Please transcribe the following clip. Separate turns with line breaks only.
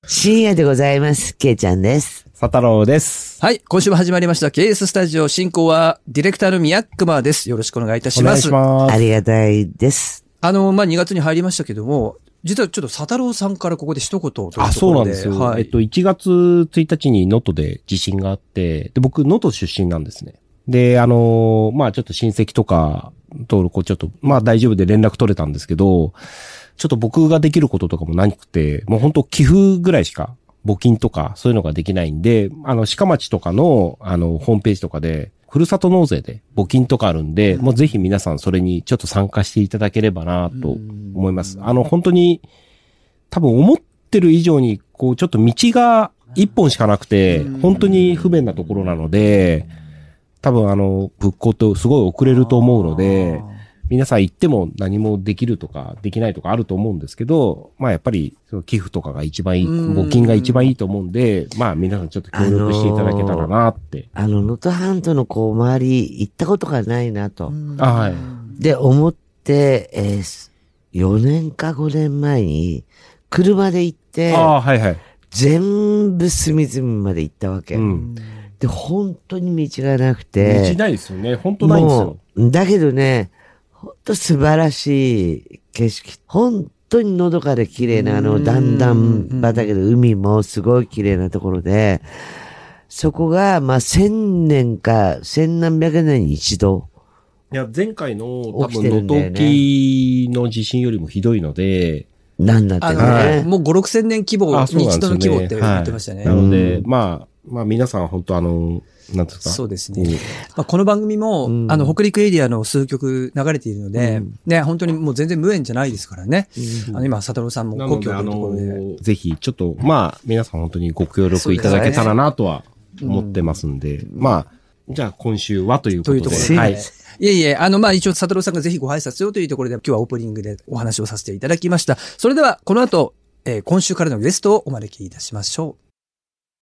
深夜でございます。けいちゃんです。
佐太郎です。
はい。今週も始まりました KS スタジオ。進行はディレクターの宮熊です。よろしくお願いいたします。
お願いします。
ありがたいです。
2月に入りましたけども、実はちょっと佐太郎さんからここで一言というところで。
そうなんですよ。
はい。
1月1日に能登で地震があって、で、僕、能登出身なんですね。で、ちょっと親戚とかと、ちょっと、大丈夫で連絡取れたんですけど、ちょっと僕ができることとかもなくて、もう本当寄付ぐらいしか、募金とかそういうのができないんで、鹿町とかの、ホームページとかで、ふるさと納税で募金とかあるんで、もうぜひ皆さんそれにちょっと参加していただければなと思います。本当に、多分思ってる以上に、ちょっと道が一本しかなくて、本当に不便なところなので、多分復興とすごい遅れると思うので、皆さん行っても何もできるとかできないとかあると思うんですけど、やっぱり寄付とかが一番いい、募金が一番いいと思うんで、皆さんちょっと協力していただけたらなって。
能登半島の周り行ったことがないなと。
はい。
で、思って、4年か5年前に車で行って、
はいはい。
全部隅々まで行ったわけ。で、本当に道がなくて。
道ないですよね。本当ないんですよ。
だけどね、本当素晴らしい景色。本当にのどかで綺麗な段々畑で海もすごい綺麗なところで、そこが1000年か千何百年に一度。
いや、前回の多分能登沖の地震よりもひどいので、
なんだってね。
もう5、6千年規模に一度の規模って言ってましたね。
なので、皆さん本当なんですか。
そうですね。この番組も、北陸エリアの数曲流れているので、ね、本当にもう全然無縁じゃないですからね。今、佐太郎さんも故郷というところで。
ぜひ、ちょっと、皆さん本当にご協力いただけたらなとは思ってますんで、じゃあ今週はということで。というところで。はい。
いえいえ、一応、佐太郎さんがぜひご挨拶をというところで、今日はオープニングでお話をさせていただきました。それでは、この後、今週からのゲストをお招きいたしましょう。